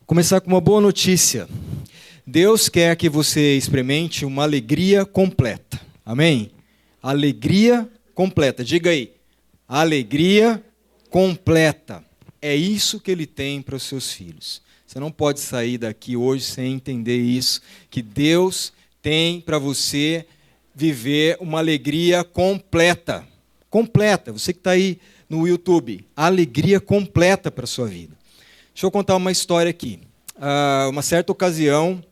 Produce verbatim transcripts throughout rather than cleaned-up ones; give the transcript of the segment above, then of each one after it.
Vou começar com uma boa notícia. Deus quer que você experimente uma alegria completa. Amém? Alegria completa. Diga aí. Alegria completa. É isso que Ele tem para os seus filhos. Você não pode sair daqui hoje sem entender isso, que Deus tem para você viver uma alegria completa. Completa. Você que está aí no YouTube, alegria completa para a sua vida. Deixa eu contar uma história aqui. Ah, uma certa ocasião,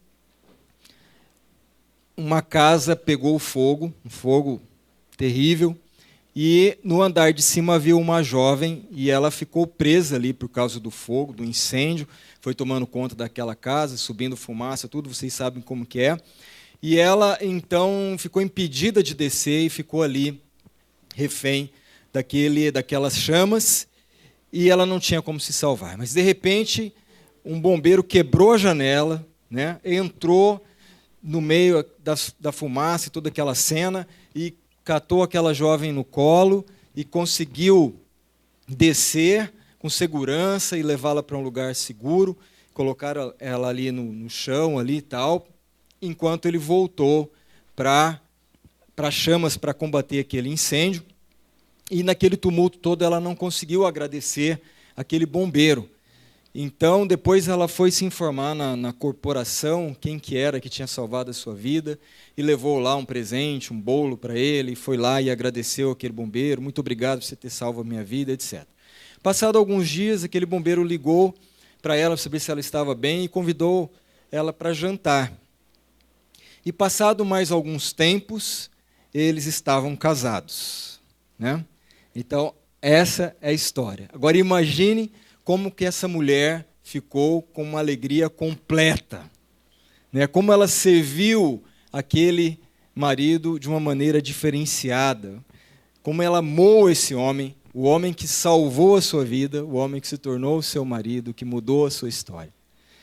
uma casa pegou fogo, um fogo terrível, e no andar de cima havia uma jovem, e ela ficou presa ali por causa do fogo, do incêndio, foi tomando conta daquela casa, subindo fumaça, tudo, vocês sabem como que é. E ela, então, ficou impedida de descer e ficou ali, refém daquele, daquelas chamas, e ela não tinha como se salvar. Mas, de repente, um bombeiro quebrou a janela, né, entrou no meio da, da fumaça e toda aquela cena, e catou aquela jovem no colo e conseguiu descer com segurança e levá-la para um lugar seguro, colocar ela ali no, no chão ali e tal, enquanto ele voltou para para chamas para combater aquele incêndio. E naquele tumulto todo ela não conseguiu agradecer aquele bombeiro. Então, depois ela foi se informar na, na corporação, quem que era que tinha salvado a sua vida, e levou lá um presente, um bolo para ele, e foi lá e agradeceu aquele bombeiro, muito obrigado por você ter salvo a minha vida, etcétera. Passado alguns dias, aquele bombeiro ligou para ela, para saber se ela estava bem, e convidou ela para jantar. E passado mais alguns tempos, eles estavam casados, né? Então, essa é a história. Agora, imagine como que essa mulher ficou com uma alegria completa, né? Como ela serviu aquele marido de uma maneira diferenciada, como ela amou esse homem, o homem que salvou a sua vida, o homem que se tornou o seu marido, que mudou a sua história.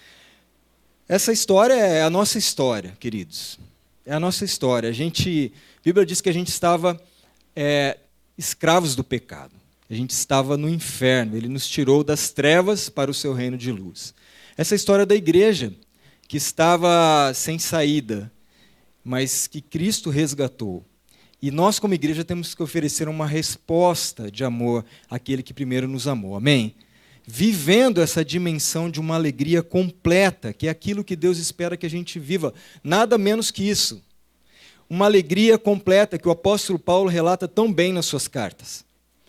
Essa história é a nossa história, queridos. É a nossa história. A gente, a Bíblia diz que a gente estava é, escravos do pecado. A gente estava no inferno. Ele nos tirou das trevas para o seu reino de luz. Essa história da igreja, que estava sem saída, mas que Cristo resgatou. E nós, como igreja, temos que oferecer uma resposta de amor àquele que primeiro nos amou. Amém? Vivendo essa dimensão de uma alegria completa, que é aquilo que Deus espera que a gente viva. Nada menos que isso. Uma alegria completa que o apóstolo Paulo relata tão bem nas suas cartas.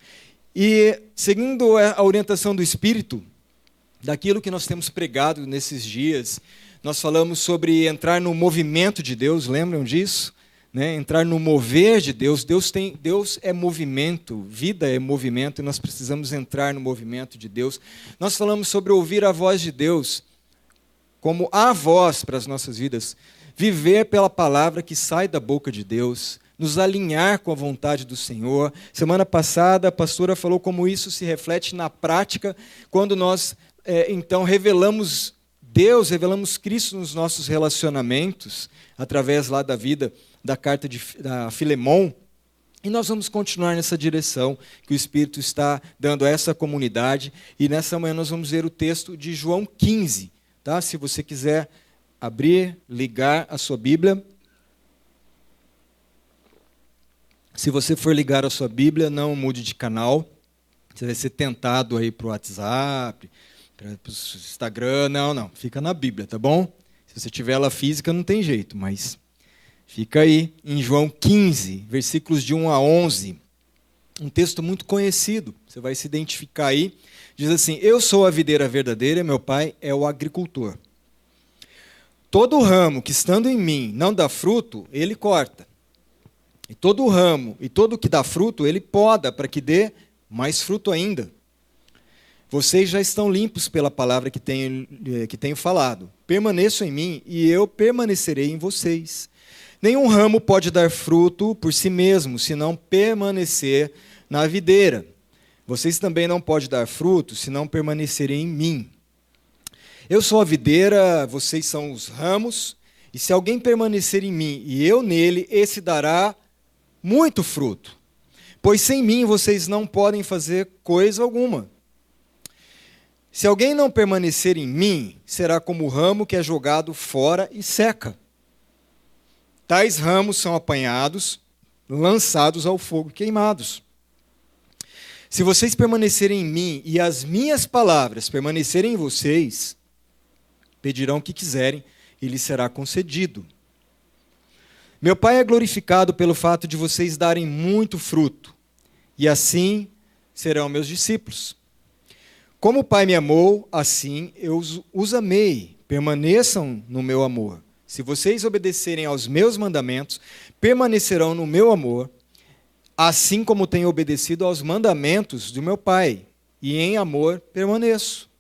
E, seguindo a orientação do Espírito, daquilo que nós temos pregado nesses dias, nós falamos sobre entrar no movimento de Deus, lembram disso? Né? Entrar no mover de Deus. Deus, tem, Deus é movimento, vida é movimento, e nós precisamos entrar no movimento de Deus. Nós falamos sobre ouvir a voz de Deus como a voz para as nossas vidas, viver pela palavra que sai da boca de Deus, nos alinhar com a vontade do Senhor. Semana passada a pastora falou como isso se reflete na prática, quando nós, é, então, revelamos Deus, revelamos Cristo nos nossos relacionamentos, através lá da vida da carta de da Filemon, e nós vamos continuar nessa direção que o Espírito está dando a essa comunidade, e nessa manhã nós vamos ver o texto de João quinze, tá? Se você quiser abrir, ligar a sua Bíblia. Se você for ligar a sua Bíblia, não mude de canal, você vai ser tentado aí para o WhatsApp, para o Instagram, não, não, fica na Bíblia, tá bom? Se você tiver ela física, não tem jeito, mas fica aí em João quinze, versículos de um a onze, um texto muito conhecido, você vai se identificar aí, diz assim: eu sou a videira verdadeira, meu pai é o agricultor. Todo ramo que estando em mim não dá fruto, ele corta. E todo ramo e todo que dá fruto, ele poda para que dê mais fruto ainda. Vocês já estão limpos pela palavra que tenho, que tenho falado. Permaneçam em mim e eu permanecerei em vocês. Nenhum ramo pode dar fruto por si mesmo, se não permanecer na videira. Vocês também não podem dar fruto, se não permanecerem em mim. Eu sou a videira, vocês são os ramos, e se alguém permanecer em mim e eu nele, esse dará muito fruto. Pois sem mim vocês não podem fazer coisa alguma. Se alguém não permanecer em mim, será como o ramo que é jogado fora e seca. Tais ramos são apanhados, lançados ao fogo, queimados. Se vocês permanecerem em mim e as minhas palavras permanecerem em vocês, pedirão o que quiserem e lhes será concedido. Meu Pai é glorificado pelo fato de vocês darem muito fruto, e assim serão meus discípulos. Como o Pai me amou, assim eu os amei. Permaneçam no meu amor. Se vocês obedecerem aos meus mandamentos, permanecerão no meu amor, assim como tenho obedecido aos mandamentos do meu Pai, e em amor permaneço.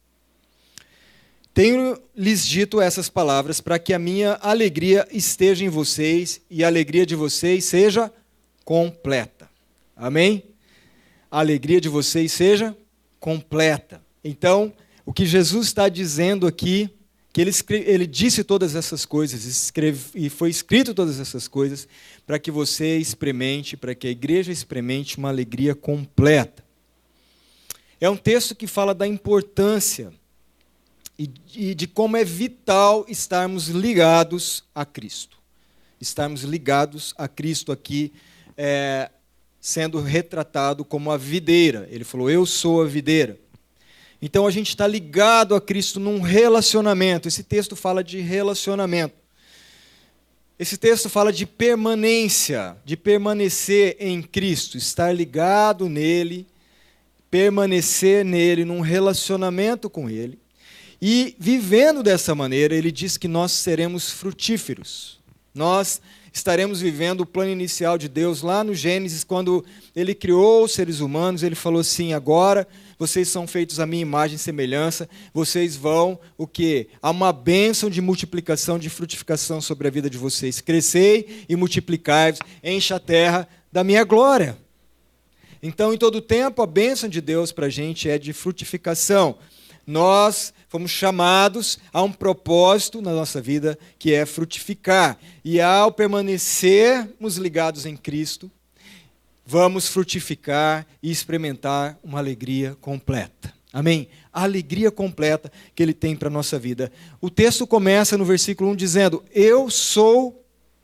Tenho-lhes dito essas palavras para que a minha alegria esteja em vocês e a alegria de vocês seja completa. Amém? A alegria de vocês seja completa. Então, o que Jesus está dizendo aqui, que ele, escreve, ele disse todas essas coisas, escreve, e foi escrito todas essas coisas, para que você experimente, para que a igreja experimente uma alegria completa. É um texto que fala da importância e, e de como é vital estarmos ligados a Cristo. Estarmos ligados a Cristo aqui, é, sendo retratado como a videira. Ele falou, eu sou a videira. Então a gente está ligado a Cristo num relacionamento. Esse texto fala de relacionamento. Esse texto fala de permanência, de permanecer em Cristo, estar ligado nele, permanecer nele, num relacionamento com ele. E vivendo dessa maneira, ele diz que nós seremos frutíferos. Nós estaremos vivendo o plano inicial de Deus lá no Gênesis, quando ele criou os seres humanos, ele falou assim, agora vocês são feitos à minha imagem e semelhança, vocês vão, o quê? Há uma bênção de multiplicação, de frutificação sobre a vida de vocês. Crescei e multiplicai-vos, encha a terra da minha glória. Então, em todo tempo, a bênção de Deus para a gente é de frutificação. Nós fomos chamados a um propósito na nossa vida, que é frutificar. E ao permanecermos ligados em Cristo, vamos frutificar e experimentar uma alegria completa. Amém? A alegria completa que Ele tem para a nossa vida. O texto começa no versículo um dizendo, eu sou,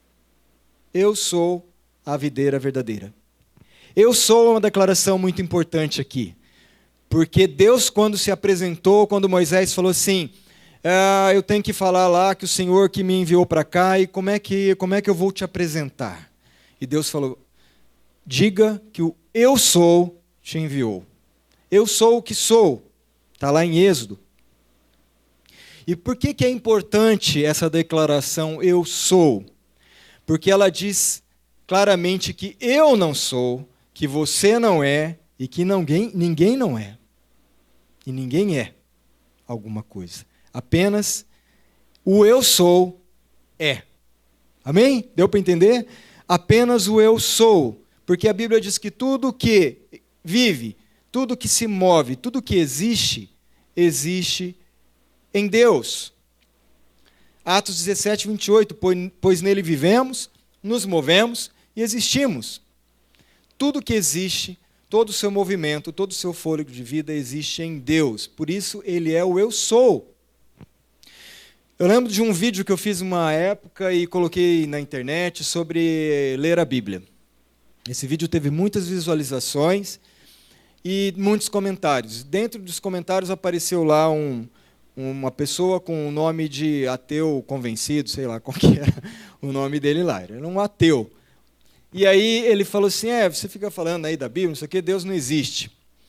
eu sou a videira verdadeira. Eu sou uma declaração muito importante aqui. Porque Deus, quando se apresentou, quando Moisés falou assim, ah, eu tenho que falar lá que o Senhor que me enviou para cá, e como é, que, como é que eu vou te apresentar? E Deus falou, diga que o eu sou te enviou. Eu sou o que sou. Está lá em Êxodo. E por que, que é importante essa declaração eu sou? Porque ela diz claramente que eu não sou, que você não é, e que ninguém, ninguém não é. E ninguém é alguma coisa. Apenas o eu sou é. Amém? Deu para entender? Apenas o eu sou. Porque a Bíblia diz que tudo que vive, tudo que se move, tudo que existe, existe em Deus. Atos dezessete, vinte e oito, pois nele vivemos, nos movemos e existimos. Tudo que existe, todo o seu movimento, todo o seu fôlego de vida existe em Deus. Por isso, ele é o eu sou. Eu lembro de um vídeo que eu fiz uma época e coloquei na internet sobre ler a Bíblia. Esse vídeo teve muitas visualizações e muitos comentários. Dentro dos comentários apareceu lá um, uma pessoa com o nome de ateu convencido, sei lá qual que era o nome dele lá. Ele era um ateu. E aí ele falou assim, é, você fica falando aí da Bíblia, não sei o quê, Deus não existe.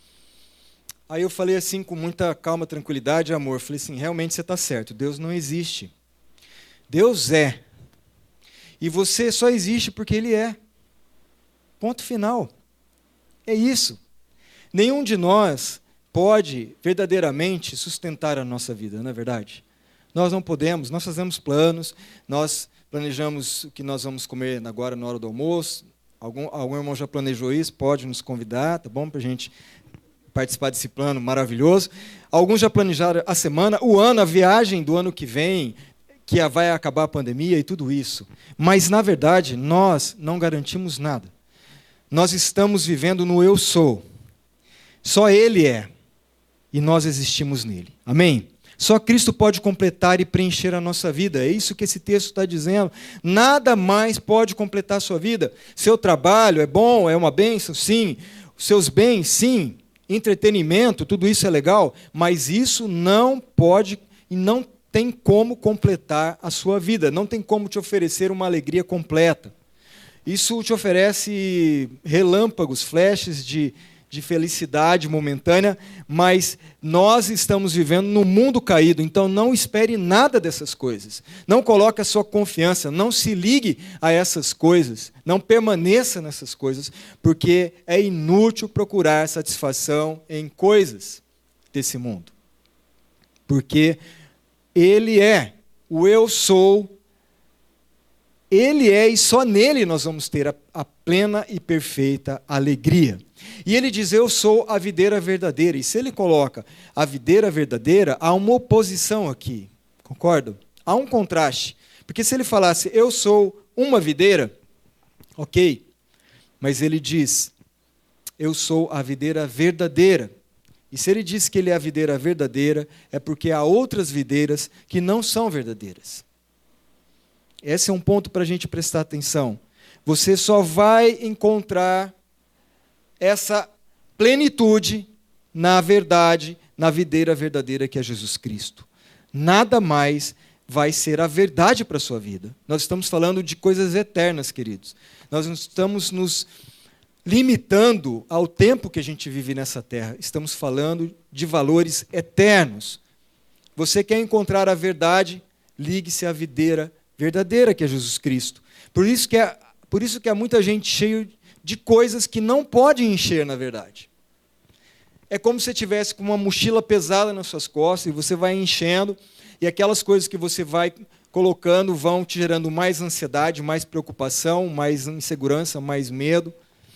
Aí eu falei assim, com muita calma, tranquilidade e amor, falei assim, realmente você está certo, Deus não existe. Deus é. E você só existe porque Ele é. Ponto final. É isso. Nenhum de nós pode verdadeiramente sustentar a nossa vida, não é verdade? Nós não podemos, nós fazemos planos, nós planejamos o que nós vamos comer agora na hora do almoço. Algum, algum irmão já planejou isso, pode nos convidar, tá bom? Para a gente participar desse plano maravilhoso. Alguns já planejaram a semana, o ano, a viagem do ano que vem, que vai acabar a pandemia e tudo isso. Mas, na verdade, nós não garantimos nada. Nós estamos vivendo no eu sou. Só Ele é. e nós existimos nele. Amém? Só Cristo pode completar e preencher a nossa vida. É isso que esse texto está dizendo. Nada mais pode completar a sua vida. Seu trabalho é bom, é uma bênção? Sim. Os seus bens? Sim. Entretenimento, tudo isso é legal, mas isso não pode e não tem como completar a sua vida. Não tem como te oferecer uma alegria completa. Isso te oferece relâmpagos, flashes de de felicidade momentânea, mas nós estamos vivendo num mundo caído, então não espere nada dessas coisas. Não coloque a sua confiança, não se ligue a essas coisas, não permaneça nessas coisas, porque é inútil procurar satisfação em coisas desse mundo. Porque Ele é o eu sou, Ele é e só nele nós vamos ter a, a plena e perfeita alegria. E ele diz, eu sou a videira verdadeira. E se ele coloca a videira verdadeira, há uma oposição aqui. Concordam? Há um contraste. Porque se ele falasse, eu sou uma videira, ok. Mas ele diz, eu sou a videira verdadeira. E se ele diz que ele é a videira verdadeira, é porque há outras videiras que não são verdadeiras. Esse é um ponto para a gente prestar atenção. Você só vai encontrar essa plenitude na verdade, na videira verdadeira que é Jesus Cristo. Nada mais vai ser a verdade para a sua vida. Nós estamos falando de coisas eternas, queridos. Nós não estamos nos limitando ao tempo que a gente vive nessa terra. Estamos falando de valores eternos. Você quer encontrar a verdade? Ligue-se à videira verdadeira que é Jesus Cristo. Por isso que, é, por isso que há muita gente cheia de coisas que não pode encher, na verdade. É como se você tivesse com uma mochila pesada nas suas costas e você vai enchendo, e aquelas coisas que você vai colocando vão te gerando mais ansiedade, mais preocupação, mais insegurança, mais medo.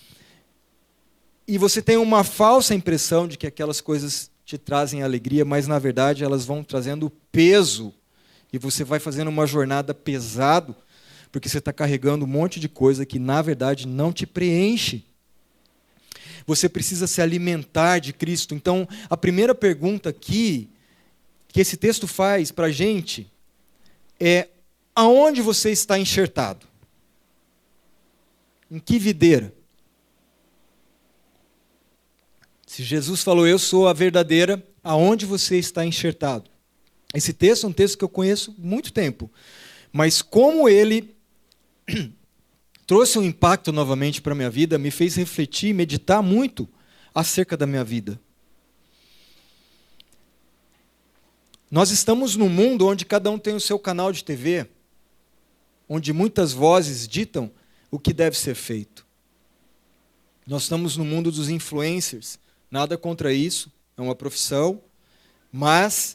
E você tem uma falsa impressão de que aquelas coisas te trazem alegria, mas, na verdade, elas vão trazendo peso. E você vai fazendo uma jornada pesada, porque você está carregando um monte de coisa que, na verdade, não te preenche. Você precisa se alimentar de Cristo. Então, a primeira pergunta aqui, que esse texto faz para a gente, é: aonde você está enxertado? Em que videira? Se Jesus falou, eu sou a verdadeira, aonde você está enxertado? Esse texto é um texto que eu conheço há muito tempo, mas como ele trouxe um impacto novamente para a minha vida, me fez refletir, meditar muito acerca da minha vida. Nós estamos num mundo onde cada um tem o seu canal de T V, onde muitas vozes ditam o que deve ser feito. Nós estamos no mundo dos influencers, nada contra isso, é uma profissão, mas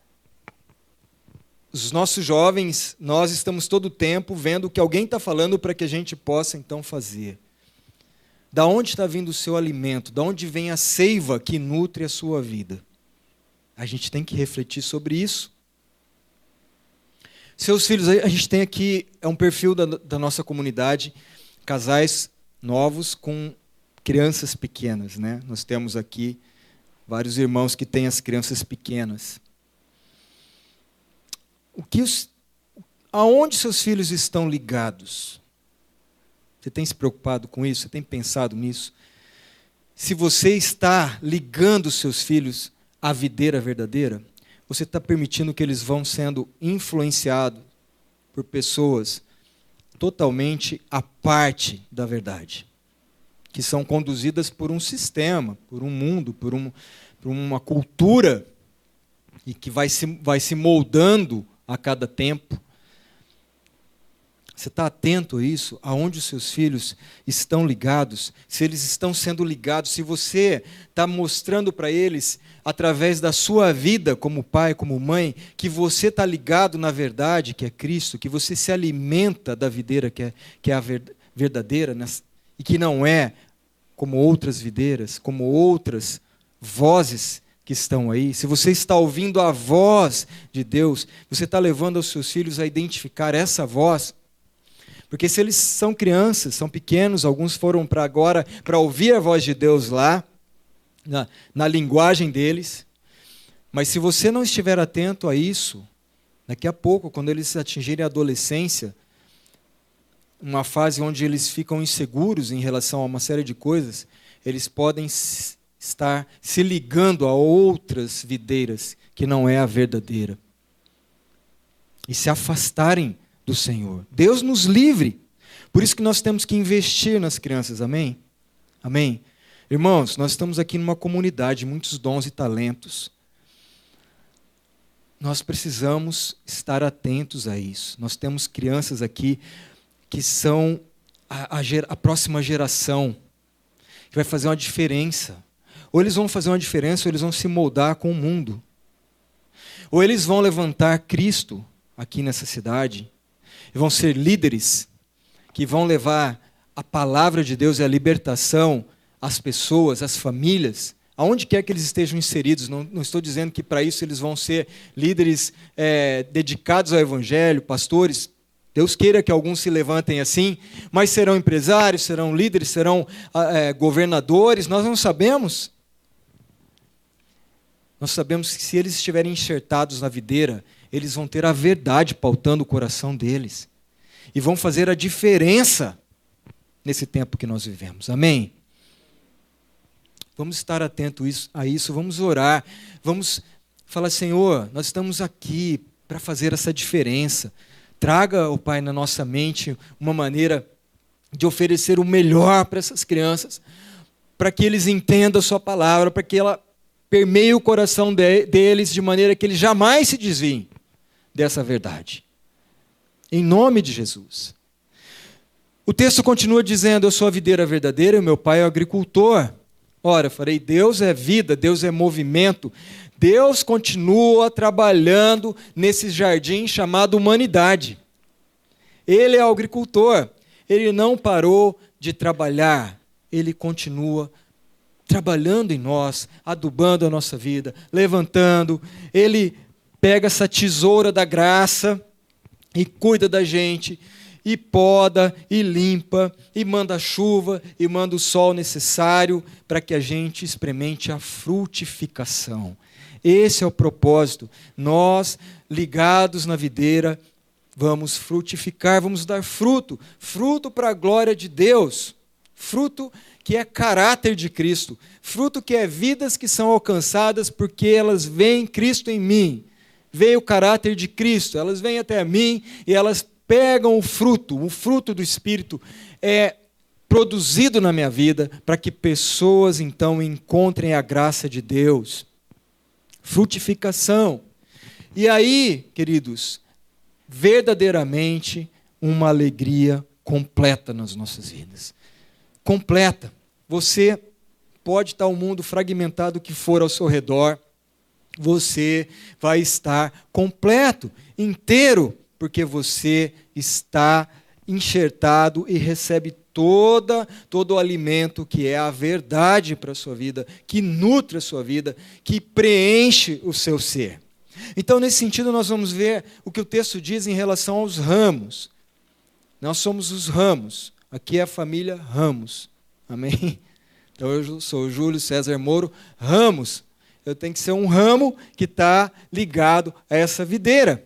os nossos jovens, nós estamos todo o tempo vendo o que alguém está falando para que a gente possa então fazer. Da onde está vindo o seu alimento? Da onde vem a seiva que nutre a sua vida? A gente tem que refletir sobre isso. Seus filhos, a gente tem aqui, é um perfil da, da nossa comunidade, casais novos com crianças pequenas, né? Nós temos aqui vários irmãos que têm as crianças pequenas. O que os, aonde seus filhos estão ligados? Você tem se preocupado com isso? Você tem pensado nisso? Se você está ligando os seus filhos à videira verdadeira, você está permitindo que eles vão sendo influenciados por pessoas totalmente à parte da verdade, que são conduzidas por um sistema, por um mundo, por, um, por uma cultura, e que vai se, vai se moldando a cada tempo. Você está atento a isso? Aonde os seus filhos estão ligados? Se eles estão sendo ligados, se você está mostrando para eles, através da sua vida como pai, como mãe, que você está ligado na verdade, que é Cristo, que você se alimenta da videira que é, que é a verdadeira, e que não é como outras videiras, como outras vozes que estão aí. Se você está ouvindo a voz de Deus, você está levando os seus filhos a identificar essa voz. Porque se eles são crianças, são pequenos, alguns foram para agora para ouvir a voz de Deus lá, na, na linguagem deles, Mas se você não estiver atento a isso, daqui a pouco, quando eles atingirem a adolescência, uma fase onde eles ficam inseguros em relação a uma série de coisas, eles podem estar se ligando a outras videiras que não é a verdadeira. E se afastarem do Senhor. Deus nos livre. Por isso que nós temos que investir nas crianças, amém? Amém? Irmãos, nós estamos aqui numa comunidade, muitos dons e talentos. Nós precisamos estar atentos a isso. Nós temos crianças aqui que são a, a, a próxima geração, que vai fazer uma diferença. Ou eles vão fazer uma diferença, ou eles vão se moldar com o mundo. Ou eles vão levantar Cristo aqui nessa cidade, e vão ser líderes que vão levar a palavra de Deus e a libertação às pessoas, às famílias, aonde quer que eles estejam inseridos. Não, não estou dizendo que para isso eles vão ser líderes é, dedicados ao Evangelho, pastores. Deus queira que alguns se levantem assim, mas serão empresários, serão líderes, serão é, governadores, nós não sabemos. Nós sabemos que se eles estiverem enxertados na videira, eles vão ter a verdade pautando o coração deles. E vão fazer a diferença nesse tempo que nós vivemos. Amém? Vamos estar atentos a isso, vamos orar, vamos falar, Senhor, nós estamos aqui para fazer essa diferença. Traga, ó Pai, na nossa mente uma maneira de oferecer o melhor para essas crianças, para que eles entendam a sua palavra, para que ela permeie o coração de, deles de maneira que eles jamais se desviem dessa verdade. Em nome de Jesus. O texto continua dizendo, eu sou a videira verdadeira e o meu pai é o agricultor. Ora, eu falei, Deus é vida, Deus é movimento. Deus continua trabalhando nesse jardim chamado humanidade. Ele é o agricultor. Ele não parou de trabalhar. Ele continua trabalhando em nós, adubando a nossa vida, levantando. Ele pega essa tesoura da graça e cuida da gente, e poda, e limpa, e manda a chuva, e manda o sol necessário para que a gente experimente a frutificação. Esse é o propósito. Nós, ligados na videira, vamos frutificar, vamos dar fruto. Fruto para a glória de Deus. Fruto que é caráter de Cristo. Fruto que é vidas que são alcançadas porque elas veem Cristo em mim. Veem o caráter de Cristo. Elas vêm até mim e elas pegam o fruto. O fruto do Espírito é produzido na minha vida para que pessoas, então, encontrem a graça de Deus. Frutificação. E aí, queridos, verdadeiramente uma alegria completa nas nossas vidas. Completa. Você pode estar o mundo fragmentado que for ao seu redor, você vai estar completo, inteiro, porque você está enxertado e recebe toda, todo o alimento que é a verdade para a sua vida, que nutre a sua vida, que preenche o seu ser. Então, nesse sentido, nós vamos ver o que o texto diz em relação aos ramos. Nós somos os ramos. Aqui é a família Ramos. Amém? Então, eu sou o Júlio César Moro Ramos. Eu tenho que ser um ramo que está ligado a essa videira.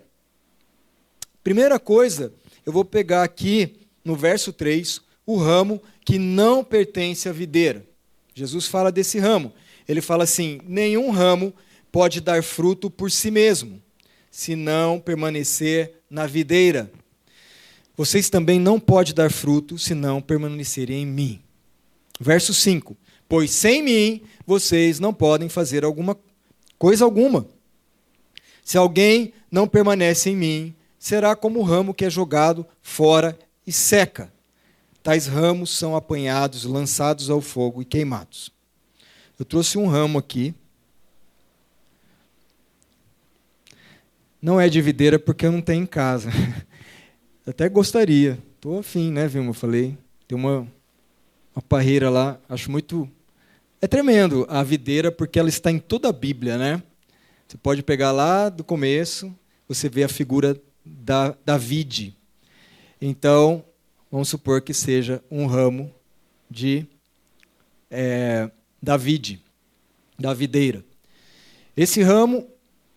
Primeira coisa, eu vou pegar aqui no verso três, o ramo que não pertence à videira. Jesus fala desse ramo. Ele fala assim, nenhum ramo pode dar fruto por si mesmo, se não permanecer na videira. Vocês também não podem dar fruto, se não permanecerem em mim. Verso cinco, pois sem mim, vocês não podem fazer alguma coisa alguma. Se alguém não permanece em mim, será como o ramo que é jogado fora e seca. Tais ramos são apanhados, lançados ao fogo e queimados. Eu trouxe um ramo aqui. Não é de videira porque eu não tenho em casa. Eu até gostaria. Estou afim, né, Vilma? Eu falei. Tem uma, uma parreira lá. Acho muito... É tremendo a videira porque ela está em toda a Bíblia, né? Você pode pegar lá do começo, você vê a figura da, da vide. Então, vamos supor que seja um ramo de, é, da vide, da videira. Esse ramo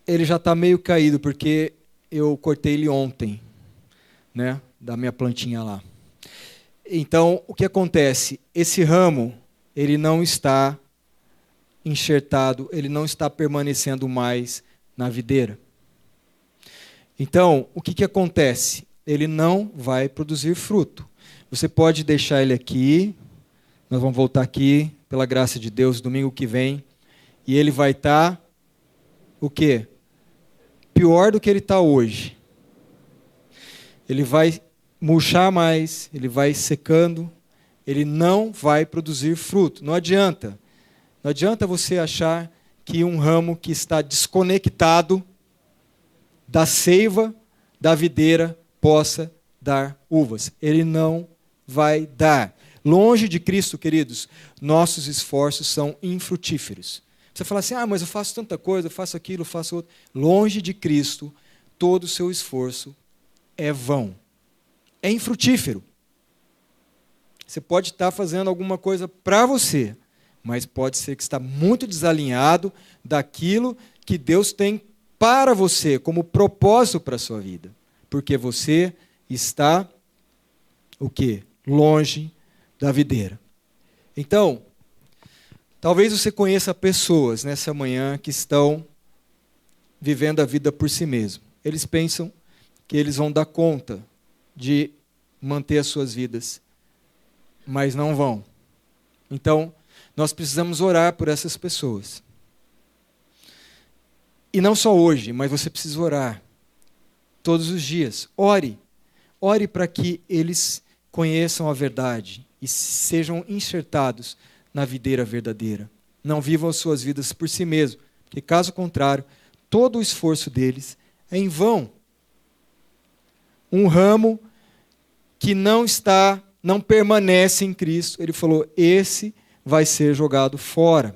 ele já está meio caído, porque eu cortei ele ontem, né, da minha plantinha lá. Então, o que acontece? Esse ramo, ele não está enxertado, ele não está permanecendo mais na videira. Então, o que, que acontece? Ele não vai produzir fruto. Você pode deixar ele aqui, nós vamos voltar aqui, pela graça de Deus, domingo que vem, e ele vai estar, o quê? Pior do que ele está hoje. Ele vai murchar mais, ele vai secando, ele não vai produzir fruto. Não adianta. Não adianta você achar que um ramo que está desconectado da seiva da videira possa dar uvas. Ele não vai dar. Longe de Cristo, queridos, nossos esforços são infrutíferos. Você fala assim, ah, mas eu faço tanta coisa, eu faço aquilo, eu faço outro. Longe de Cristo, todo o seu esforço é vão. É infrutífero. Você pode estar fazendo alguma coisa para você, mas pode ser que está muito desalinhado daquilo que Deus tem para você, como propósito para a sua vida. Porque você está, o quê? Longe da videira. Então, talvez você conheça pessoas nessa manhã que estão vivendo a vida por si mesmo. Eles pensam que eles vão dar conta de manter as suas vidas, mas não vão. Então, nós precisamos orar por essas pessoas. E não só hoje, mas você precisa orar todos os dias. Ore. Ore para que eles conheçam a verdade e sejam enxertados na videira verdadeira. Não vivam as suas vidas por si mesmos, porque caso contrário, todo o esforço deles é em vão. Um ramo que não está, não permanece em Cristo, ele falou, esse vai ser jogado fora.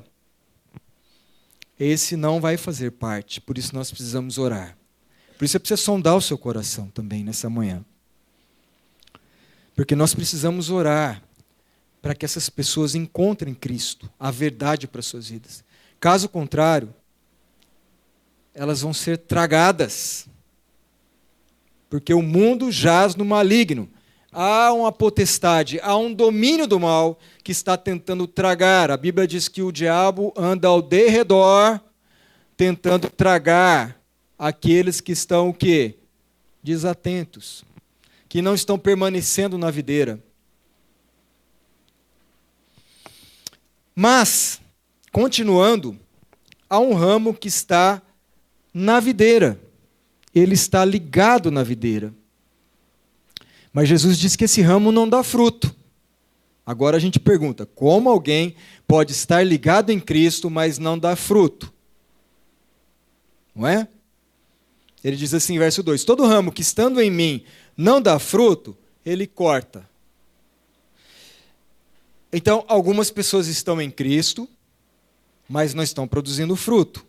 Esse não vai fazer parte, por isso nós precisamos orar. Por isso você precisa sondar o seu coração também nessa manhã. Porque nós precisamos orar para que essas pessoas encontrem Cristo, a verdade para as suas vidas. Caso contrário, elas vão ser tragadas. Porque o mundo jaz no maligno. Há uma potestade, há um domínio do mal que está tentando tragar. A Bíblia diz que o diabo anda ao derredor, tentando tragar aqueles que estão o quê? Desatentos, que não estão permanecendo na videira. Mas, continuando, há um ramo que está na videira. Ele está ligado na videira. Mas Jesus disse que esse ramo não dá fruto. Agora a gente pergunta, como alguém pode estar ligado em Cristo, mas não dar fruto? Não é? Ele diz assim, verso dois, todo ramo que estando em mim não dá fruto, ele corta. Então, algumas pessoas estão em Cristo, mas não estão produzindo fruto.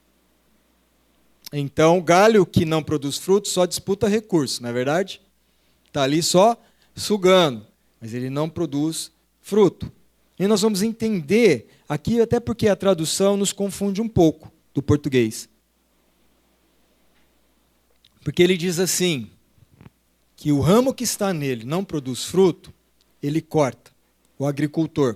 Então, galho que não produz fruto só disputa recurso, não é verdade? Está ali só sugando, mas ele não produz fruto. E nós vamos entender aqui, até porque a tradução nos confunde um pouco do português. Porque ele diz assim, que o ramo que está nele não produz fruto, ele corta, o agricultor.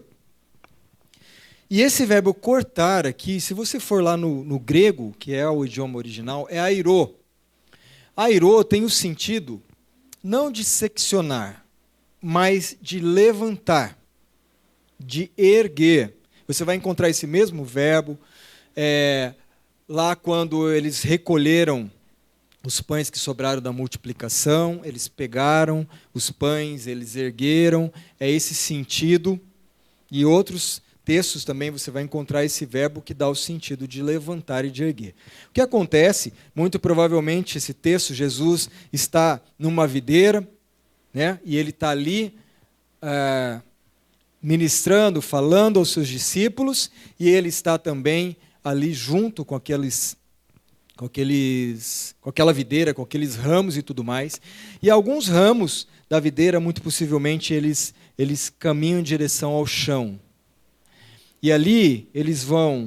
E esse verbo cortar aqui, se você for lá no, no grego, que é o idioma original, é airô. Airô tem o sentido não de seccionar, mas de levantar, de erguer. Você vai encontrar esse mesmo verbo é, lá quando eles recolheram os pães que sobraram da multiplicação, eles pegaram os pães, eles ergueram, é esse sentido. E outros textos também você vai encontrar esse verbo que dá o sentido de levantar e de erguer. O que acontece, muito provavelmente esse texto, Jesus está numa videira, né, e ele está ali ah, ministrando, falando aos seus discípulos, e ele está também ali junto com aqueles, com aqueles, com aquela videira, com aqueles ramos e tudo mais. E alguns ramos da videira, muito possivelmente, eles, eles caminham em direção ao chão. E ali eles vão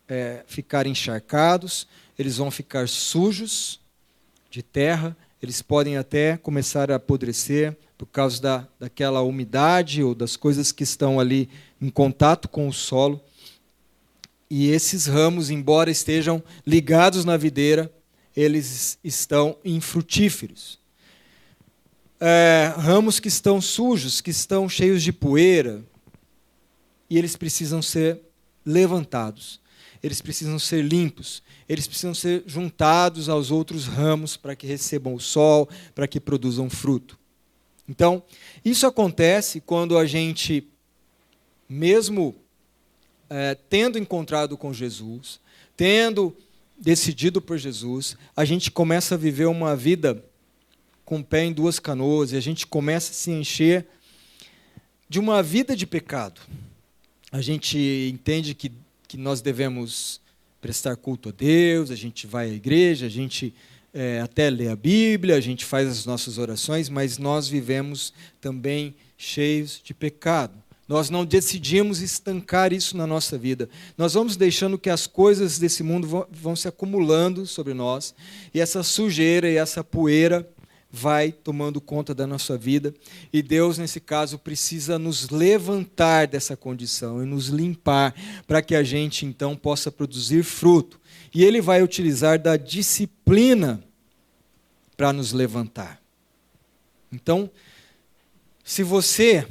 é, ficar encharcados, eles vão ficar sujos de terra, eles podem até começar a apodrecer por causa da, daquela umidade ou das coisas que estão ali em contato com o solo. E esses ramos, embora estejam ligados na videira, eles estão infrutíferos. É, ramos que estão sujos, que estão cheios de poeira, e eles precisam ser levantados, eles precisam ser limpos, eles precisam ser juntados aos outros ramos para que recebam o sol, para que produzam fruto. Então, isso acontece quando a gente, mesmo é, tendo encontrado com Jesus, tendo decidido por Jesus, a gente começa a viver uma vida com o pé em duas canoas, e a gente começa a se encher de uma vida de pecado. A gente entende que, que nós devemos prestar culto a Deus, a gente vai à igreja, a gente é, até lê a Bíblia, a gente faz as nossas orações, mas nós vivemos também cheios de pecado. Nós não decidimos estancar isso na nossa vida. Nós vamos deixando que as coisas desse mundo vão, vão se acumulando sobre nós, e essa sujeira e essa poeira vai tomando conta da nossa vida, e Deus, nesse caso, precisa nos levantar dessa condição e nos limpar, para que a gente, então, possa produzir fruto. E Ele vai utilizar da disciplina para nos levantar. Então, se você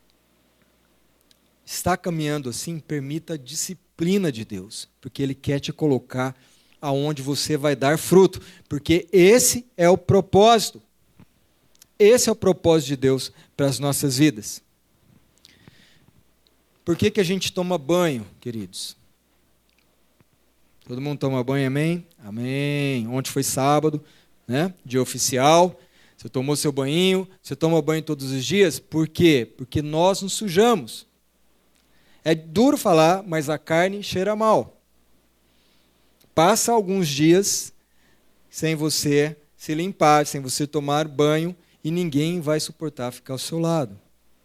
está caminhando assim, permita a disciplina de Deus, porque Ele quer te colocar aonde você vai dar fruto, porque esse é o propósito. Esse é o propósito de Deus para as nossas vidas. Por que que a gente toma banho, queridos? Todo mundo toma banho, amém? Amém. Ontem foi sábado, né? Dia oficial. Você tomou seu banho, você toma banho todos os dias. Por quê? Porque nós nos sujamos. É duro falar, mas a carne cheira mal. Passa alguns dias sem você se limpar, sem você tomar banho, e ninguém vai suportar ficar ao seu lado.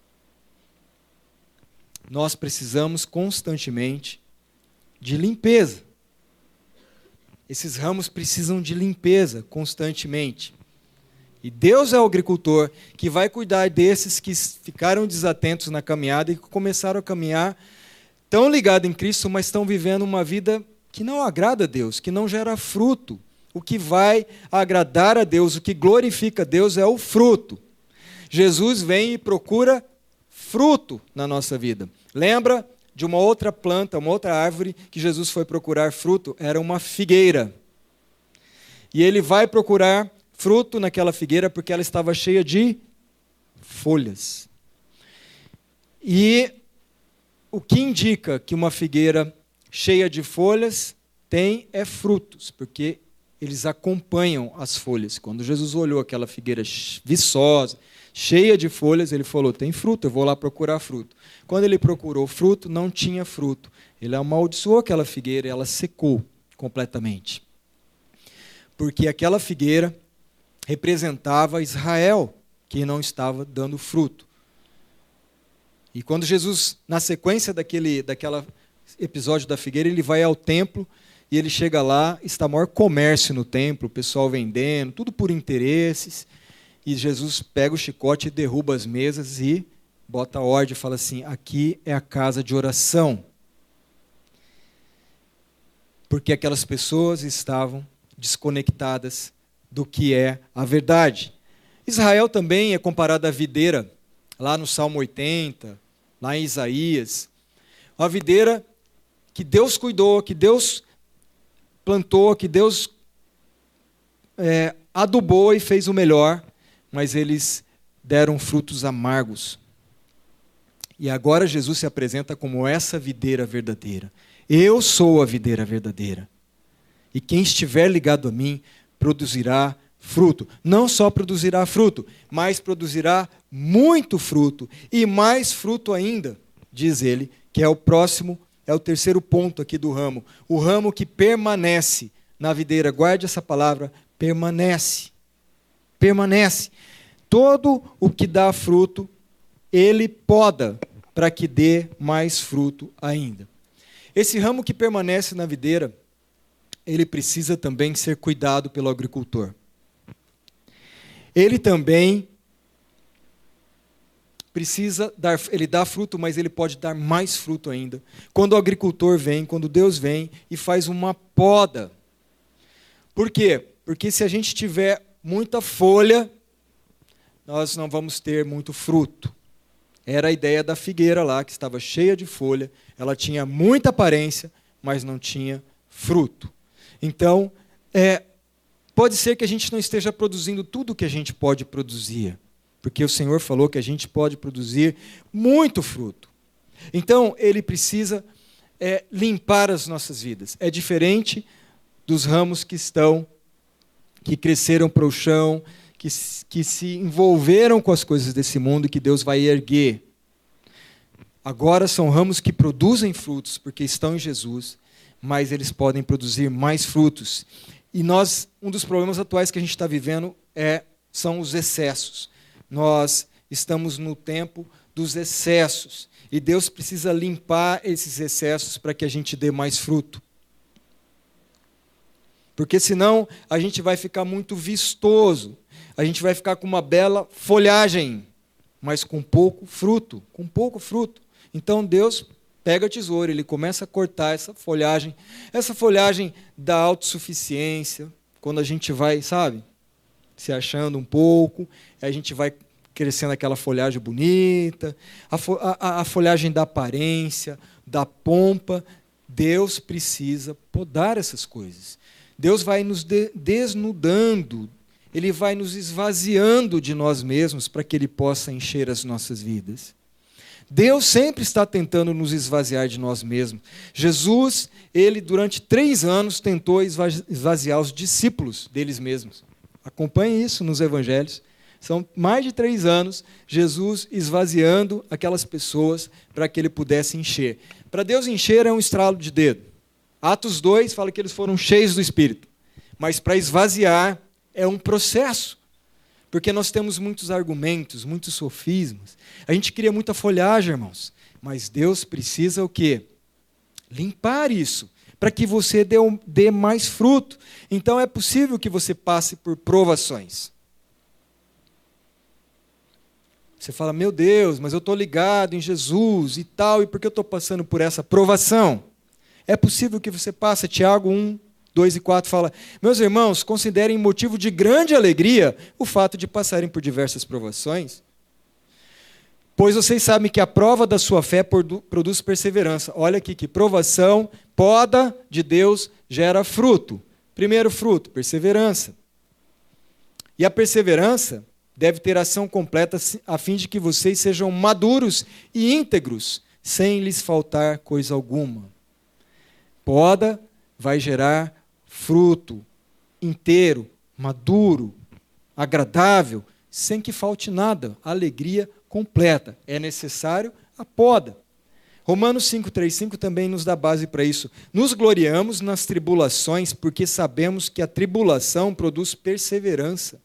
Nós precisamos constantemente de limpeza. Esses ramos precisam de limpeza constantemente. E Deus é o agricultor que vai cuidar desses que ficaram desatentos na caminhada e que começaram a caminhar tão ligados em Cristo, mas estão vivendo uma vida que não agrada a Deus, que não gera fruto. O que vai agradar a Deus, o que glorifica a Deus é o fruto. Jesus vem e procura fruto na nossa vida. Lembra de uma outra planta, uma outra árvore que Jesus foi procurar fruto? Era uma figueira. E ele vai procurar fruto naquela figueira porque ela estava cheia de folhas. E o que indica que uma figueira cheia de folhas tem é frutos, porque eles acompanham as folhas. Quando Jesus olhou aquela figueira viçosa, cheia de folhas, ele falou, tem fruto, eu vou lá procurar fruto. Quando ele procurou fruto, não tinha fruto. Ele amaldiçoou aquela figueira e ela secou completamente. Porque aquela figueira representava Israel, que não estava dando fruto. E quando Jesus, na sequência daquele, daquela episódio da figueira, ele vai ao templo, e ele chega lá, está maior comércio no templo, o pessoal vendendo, tudo por interesses. E Jesus pega o chicote e derruba as mesas e bota a ordem e fala assim, aqui é a casa de oração. Porque aquelas pessoas estavam desconectadas do que é a verdade. Israel também é comparado à videira, lá no Salmo oitenta, lá em Isaías. Uma videira que Deus cuidou, que Deus plantou, que Deus é, adubou e fez o melhor, mas eles deram frutos amargos. E agora Jesus se apresenta como essa videira verdadeira. Eu sou a videira verdadeira. E quem estiver ligado a mim produzirá fruto. Não só produzirá fruto, mas produzirá muito fruto. E mais fruto ainda, diz ele, que é o próximo É o terceiro ponto aqui do ramo. O ramo que permanece na videira. Guarde essa palavra, permanece. Permanece. Todo o que dá fruto, ele poda para que dê mais fruto ainda. Esse ramo que permanece na videira, ele precisa também ser cuidado pelo agricultor. Ele também precisa dar, ele dá fruto, mas ele pode dar mais fruto ainda. Quando o agricultor vem, quando Deus vem e faz uma poda. Por quê? Porque se a gente tiver muita folha, nós não vamos ter muito fruto. Era a ideia da figueira lá, que estava cheia de folha, ela tinha muita aparência, mas não tinha fruto. Então, é, pode ser que a gente não esteja produzindo tudo o que a gente pode produzir, porque o Senhor falou que a gente pode produzir muito fruto. Então, Ele precisa é, limpar as nossas vidas. É diferente dos ramos que estão, que cresceram para o chão, que, que se envolveram com as coisas desse mundo e que Deus vai erguer. Agora são ramos que produzem frutos, porque estão em Jesus, mas eles podem produzir mais frutos. E nós, um dos problemas atuais que a gente está vivendo é, são os excessos. Nós estamos no tempo dos excessos. E Deus precisa limpar esses excessos para que a gente dê mais fruto. Porque senão a gente vai ficar muito vistoso. A gente vai ficar com uma bela folhagem, mas com pouco fruto. Com pouco fruto. Então Deus pega a tesoura, Ele começa a cortar essa folhagem. Essa folhagem da autossuficiência, quando a gente vai, sabe, se achando um pouco, a gente vai crescendo aquela folhagem bonita, a, fo a, a folhagem da aparência, da pompa. Deus precisa podar essas coisas. Deus vai nos de desnudando, Ele vai nos esvaziando de nós mesmos para que Ele possa encher as nossas vidas. Deus sempre está tentando nos esvaziar de nós mesmos. Jesus, Ele durante três anos tentou esvaziar os discípulos deles mesmos. Acompanhe isso nos evangelhos. São mais de três anos Jesus esvaziando aquelas pessoas para que Ele pudesse encher. Para Deus encher é um estralo de dedo. Atos dois fala que eles foram cheios do Espírito. Mas para esvaziar é um processo. Porque nós temos muitos argumentos, muitos sofismas. A gente cria muita folhagem, irmãos. Mas Deus precisa o quê? Limpar isso, para que você dê, um, dê mais fruto. Então é possível que você passe por provações. Você fala, meu Deus, mas eu estou ligado em Jesus e tal, e por que eu estou passando por essa provação? É possível que você passe. Tiago um, dois e quatro fala, meus irmãos, considerem motivo de grande alegria o fato de passarem por diversas provações, pois vocês sabem que a prova da sua fé produz perseverança. Olha aqui que provação, poda de Deus gera fruto. Primeiro fruto, perseverança. E a perseverança deve ter ação completa a fim de que vocês sejam maduros e íntegros, sem lhes faltar coisa alguma. Poda vai gerar fruto inteiro, maduro, agradável, sem que falte nada, alegria completa. É necessário a poda. Romanos cinco, três, cinco também nos dá base para isso. Nos gloriamos nas tribulações, porque sabemos que a tribulação produz perseverança.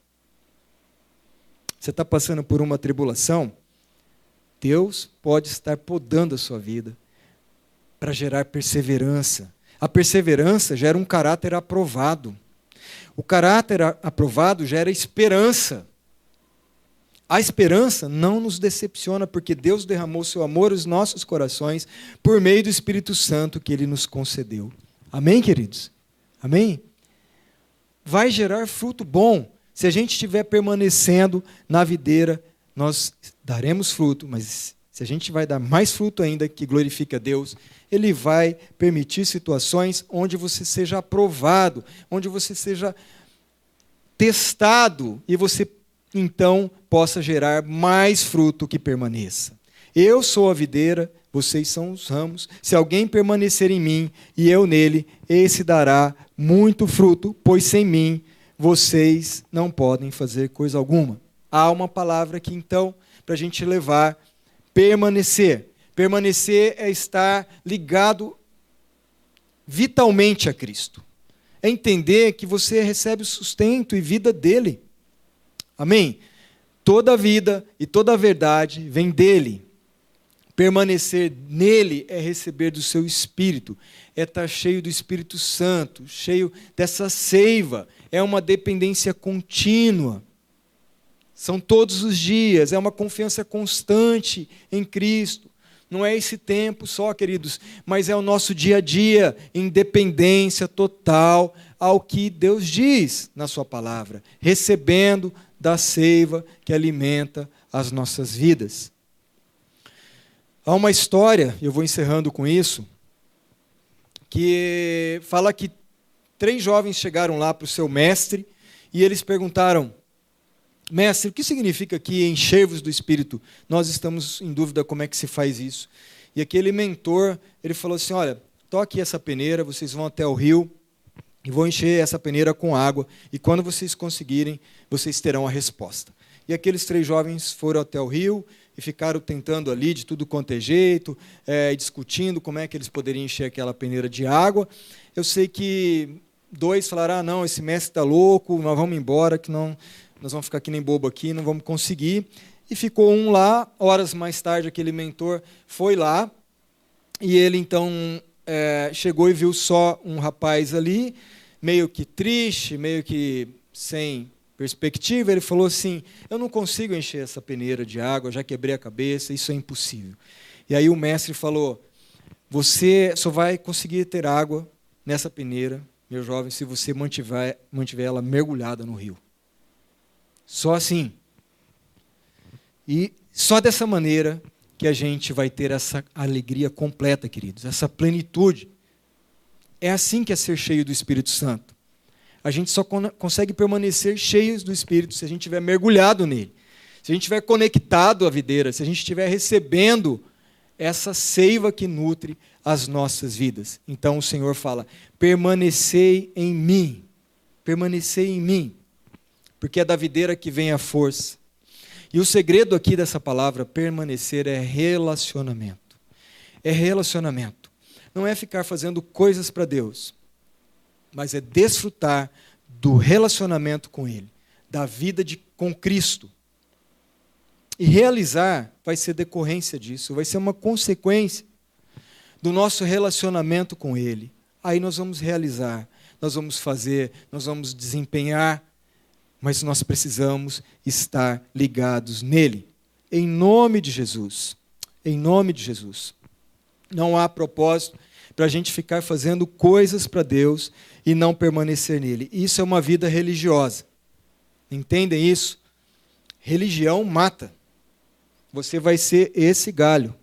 Você está passando por uma tribulação? Deus pode estar podando a sua vida para gerar perseverança. A perseverança gera um caráter aprovado. O caráter aprovado gera esperança. A esperança não nos decepciona, porque Deus derramou seu amor nos nossos corações por meio do Espírito Santo que Ele nos concedeu. Amém, queridos? Amém? Vai gerar fruto bom. Se a gente estiver permanecendo na videira, nós daremos fruto, mas se a gente vai dar mais fruto ainda, que glorifica a Deus, Ele vai permitir situações onde você seja aprovado, onde você seja testado, e você, então, possa gerar mais fruto que permaneça. Eu sou a videira, vocês são os ramos. Se alguém permanecer em mim e eu nele, esse dará muito fruto, pois sem mim vocês não podem fazer coisa alguma. Há uma palavra aqui, então, para a gente levar. Permanecer. Permanecer é estar ligado vitalmente a Cristo. É entender que você recebe o sustento e vida dele. Amém? Toda a vida e toda a verdade vem dele. Permanecer nele é receber do seu Espírito, é estar cheio do Espírito Santo, cheio dessa seiva, é uma dependência contínua. São todos os dias, é uma confiança constante em Cristo. Não é esse tempo só, queridos, mas é o nosso dia a dia, em dependência total ao que Deus diz na sua palavra, recebendo da seiva que alimenta as nossas vidas. Há uma história, eu vou encerrando com isso, que fala que três jovens chegaram lá para o seu mestre e eles perguntaram: mestre, o que significa aqui encher-vos do Espírito? Nós estamos em dúvida como é que se faz isso. E aquele mentor, ele falou assim: olha, toque essa peneira, vocês vão até o rio e vão encher essa peneira com água, e quando vocês conseguirem, vocês terão a resposta. E aqueles três jovens foram até o rio e ficaram tentando ali de tudo quanto é jeito, é, discutindo como é que eles poderiam encher aquela peneira de água. Eu sei que dois falaram: ah, não, esse mestre está louco, nós vamos embora, que não, nós vamos ficar que nem bobo aqui, não vamos conseguir. E ficou um lá, horas mais tarde aquele mentor foi lá, e ele então é, chegou e viu só um rapaz ali, meio que triste, meio que sem perspectiva. Ele falou assim: eu não consigo encher essa peneira de água, já quebrei a cabeça, isso é impossível. E aí o mestre falou: você só vai conseguir ter água nessa peneira, meu jovem, se você mantiver, mantiver ela mergulhada no rio. Só assim. E só dessa maneira que a gente vai ter essa alegria completa, queridos, essa plenitude. É assim que é ser cheio do Espírito Santo. A gente só consegue permanecer cheios do Espírito se a gente estiver mergulhado nele, se a gente estiver conectado à videira, se a gente estiver recebendo essa seiva que nutre as nossas vidas. Então o Senhor fala: permanecei em mim, permanecei em mim, porque é da videira que vem a força. E o segredo aqui dessa palavra permanecer é relacionamento. É relacionamento. Não é ficar fazendo coisas para Deus, mas é desfrutar do relacionamento com Ele, da vida de, com Cristo. E realizar vai ser decorrência disso, vai ser uma consequência do nosso relacionamento com Ele. Aí nós vamos realizar, nós vamos fazer, nós vamos desempenhar, mas nós precisamos estar ligados nele. Em nome de Jesus. Em nome de Jesus. Não há propósito para a gente ficar fazendo coisas para Deus e não permanecer nele. Isso é uma vida religiosa. Entendem isso? Religião mata. Você vai ser esse galho.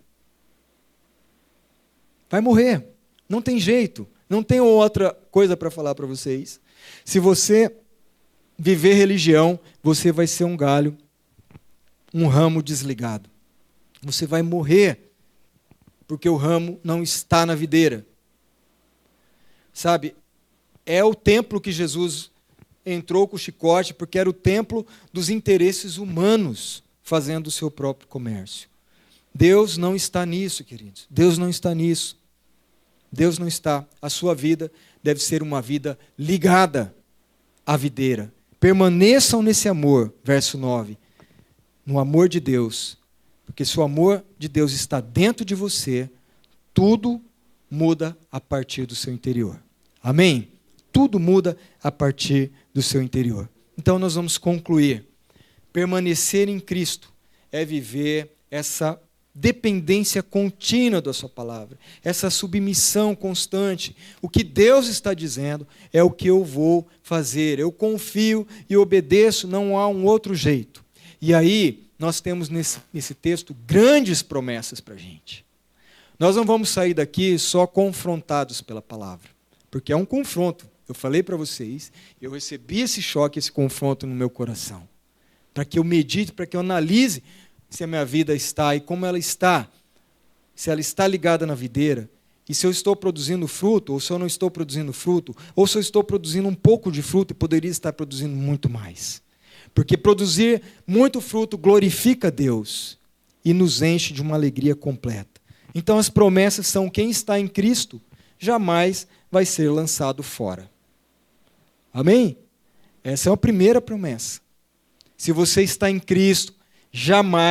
Vai morrer. Não tem jeito. Não tem outra coisa para falar para vocês. Se você viver religião, você vai ser um galho, um ramo desligado. Você vai morrer, porque o ramo não está na videira. Sabe, é o templo que Jesus entrou com o chicote, porque era o templo dos interesses humanos, fazendo o seu próprio comércio. Deus não está nisso, queridos. Deus não está nisso. Deus não está. A sua vida deve ser uma vida ligada à videira. Permaneçam nesse amor, verso nove, no amor de Deus, porque se o amor de Deus está dentro de você, tudo muda a partir do seu interior. Amém? Tudo muda a partir do seu interior. Então nós vamos concluir. Permanecer em Cristo é viver essa dependência contínua da sua palavra, essa submissão constante. O que Deus está dizendo é o que eu vou fazer. Eu confio e obedeço, não há um outro jeito. E aí, nós temos nesse, nesse texto grandes promessas para a gente. Nós não vamos sair daqui só confrontados pela palavra, porque é um confronto. Eu falei para vocês, eu recebi esse choque, esse confronto no meu coração, para que eu medite, para que eu analise se a minha vida está e como ela está, se ela está ligada na videira, e se eu estou produzindo fruto, ou se eu não estou produzindo fruto, ou se eu estou produzindo um pouco de fruto e poderia estar produzindo muito mais. Porque produzir muito fruto glorifica a Deus e nos enche de uma alegria completa. Então as promessas são: quem está em Cristo jamais vai ser lançado fora. Amém? Essa é a primeira promessa. Se você está em Cristo, jamais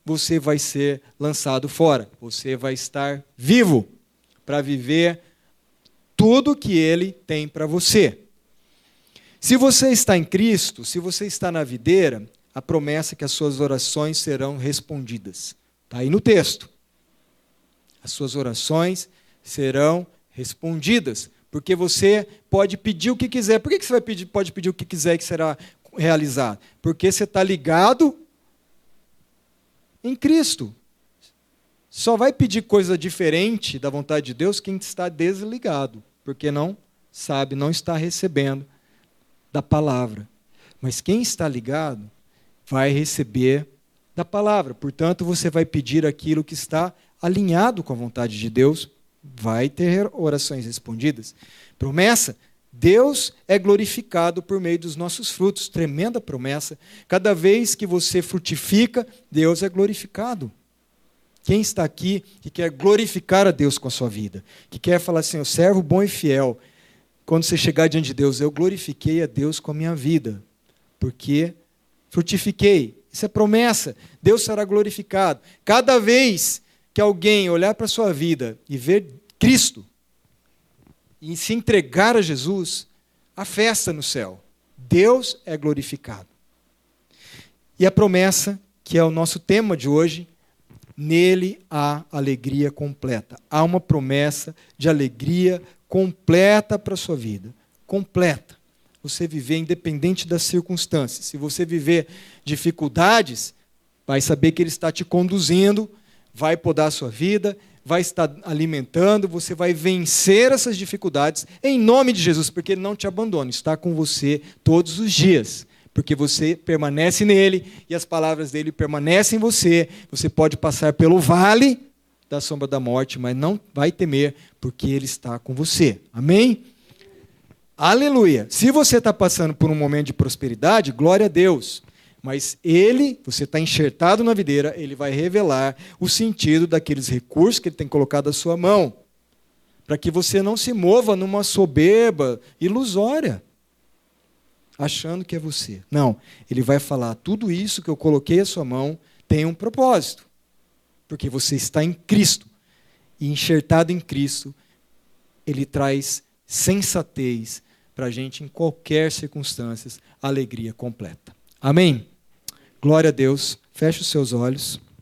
você vai ser lançado fora. Você vai estar vivo para viver tudo que Ele tem para você. Se você está em Cristo, se você está na videira, a promessa é que as suas orações serão respondidas. Está aí no texto. As suas orações serão respondidas, porque você pode pedir o que quiser. Por que você vai pedir, pode pedir o que quiser que será realizado? Porque você está ligado em Cristo. Só vai pedir coisa diferente da vontade de Deus quem está desligado, porque não sabe, não está recebendo da palavra. Mas quem está ligado vai receber da palavra. Portanto, você vai pedir aquilo que está alinhado com a vontade de Deus, vai ter orações respondidas. Promessa: Deus é glorificado por meio dos nossos frutos. Tremenda promessa. Cada vez que você frutifica, Deus é glorificado. Quem está aqui que quer glorificar a Deus com a sua vida, que quer falar assim, o servo bom e fiel, quando você chegar diante de Deus, eu glorifiquei a Deus com a minha vida, porque frutifiquei. Isso é promessa. Deus será glorificado. Cada vez que alguém olhar para a sua vida e ver Cristo, e se entregar a Jesus, há festa no céu. Deus é glorificado. E a promessa, que é o nosso tema de hoje, nele há alegria completa. Há uma promessa de alegria completa para a sua vida. Completa. Você viver independente das circunstâncias. Se você viver dificuldades, vai saber que Ele está te conduzindo, vai podar a sua vida, vai estar alimentando, você vai vencer essas dificuldades em nome de Jesus, porque Ele não te abandona, está com você todos os dias, porque você permanece nele e as palavras dele permanecem em você. Você pode passar pelo vale da sombra da morte, mas não vai temer, porque Ele está com você. Amém? Aleluia! Se você está passando por um momento de prosperidade, glória a Deus. Mas Ele, você está enxertado na videira, Ele vai revelar o sentido daqueles recursos que Ele tem colocado à sua mão, para que você não se mova numa soberba ilusória, achando que é você. Não, Ele vai falar, tudo isso que eu coloquei à sua mão tem um propósito, porque você está em Cristo, e enxertado em Cristo, Ele traz sensatez para a gente em qualquer circunstância, alegria completa. Amém? Glória a Deus. Feche os seus olhos.